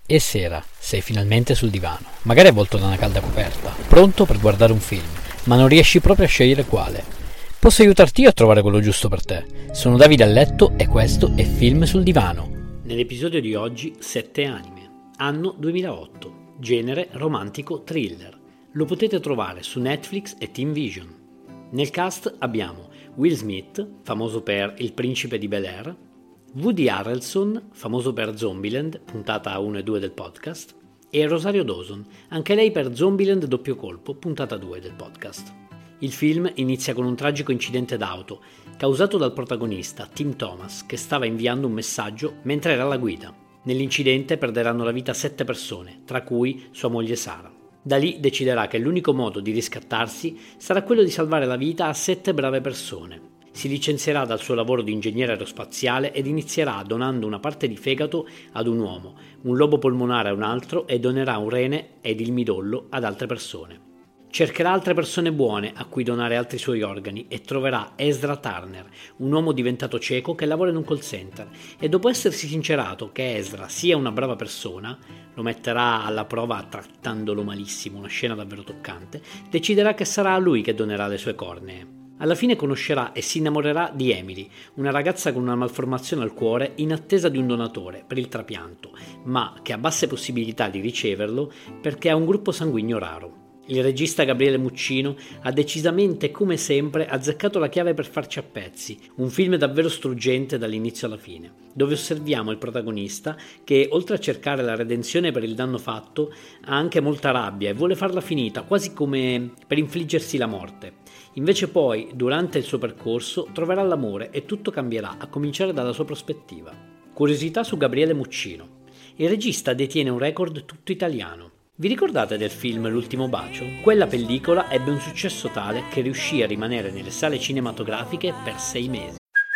E sera, sei finalmente sul divano, magari avvolto da una calda coperta, pronto per guardare un film, ma non riesci proprio a scegliere quale. Posso aiutarti io a trovare quello giusto per te. Sono Davide a letto e questo è Film sul divano. Nell'episodio di oggi, 7 anime. Anno 2008. Genere romantico thriller. Lo potete trovare su Netflix e Team Vision. Nel cast abbiamo Will Smith, famoso per Il principe di Bel-Air, Woody Harrelson, famoso per Zombieland, puntata 1 e 2 del podcast, e Rosario Dawson, anche lei per Zombieland doppio colpo, puntata 2 del podcast. Il film inizia con un tragico incidente d'auto, causato dal protagonista, Tim Thomas, che stava inviando un messaggio mentre era alla guida. Nell'incidente perderanno la vita 7 persone, tra cui sua moglie Sara. Da lì deciderà che l'unico modo di riscattarsi sarà quello di salvare la vita a 7 brave persone. Si licenzierà dal suo lavoro di ingegnere aerospaziale ed inizierà donando una parte di fegato ad un uomo, un lobo polmonare a un altro e donerà un rene ed il midollo ad altre persone. Cercherà altre persone buone a cui donare altri suoi organi e troverà Ezra Turner, un uomo diventato cieco che lavora in un call center, e dopo essersi sincerato che Ezra sia una brava persona, lo metterà alla prova trattandolo malissimo, una scena davvero toccante, deciderà che sarà a lui che donerà le sue cornee. Alla fine conoscerà e si innamorerà di Emily, una ragazza con una malformazione al cuore in attesa di un donatore per il trapianto, ma che ha basse possibilità di riceverlo perché ha un gruppo sanguigno raro. Il regista Gabriele Muccino ha decisamente, come sempre, azzeccato la chiave per farci a pezzi, un film davvero struggente dall'inizio alla fine, dove osserviamo il protagonista che, oltre a cercare la redenzione per il danno fatto, ha anche molta rabbia e vuole farla finita, quasi come per infliggersi la morte. Invece poi, durante il suo percorso, troverà l'amore e tutto cambierà, a cominciare dalla sua prospettiva. Curiosità su Gabriele Muccino. Il regista detiene un record tutto italiano. Vi ricordate del film L'ultimo bacio? Quella pellicola ebbe un successo tale che riuscì a rimanere nelle sale cinematografiche per 6 mesi.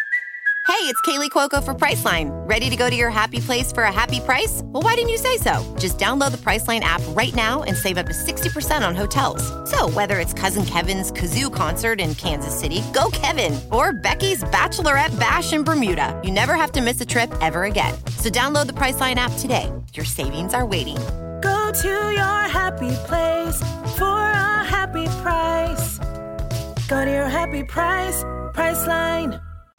Hey, it's Kaylee Cuoco for Priceline. Ready to go to your happy place for a happy price? Well, why didn't you say so? Just download the Priceline app right now and save up to 60% on hotels. So whether it's Cousin Kevin's Kazoo Concert in Kansas City, go Kevin, or Becky's Bachelorette Bash in Bermuda, you never have to miss a trip ever again. So download the Priceline app today. Your savings are waiting. Go to your happy place for a happy price. Go to your happy price, Priceline.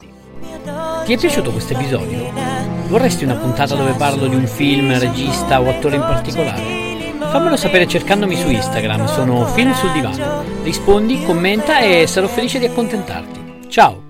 Ti è piaciuto questo episodio? Vorresti una puntata dove parlo di un film, regista o attore in particolare? Fammelo sapere cercandomi su Instagram, sono Film sul divano. Rispondi, commenta e sarò felice di accontentarti. Ciao!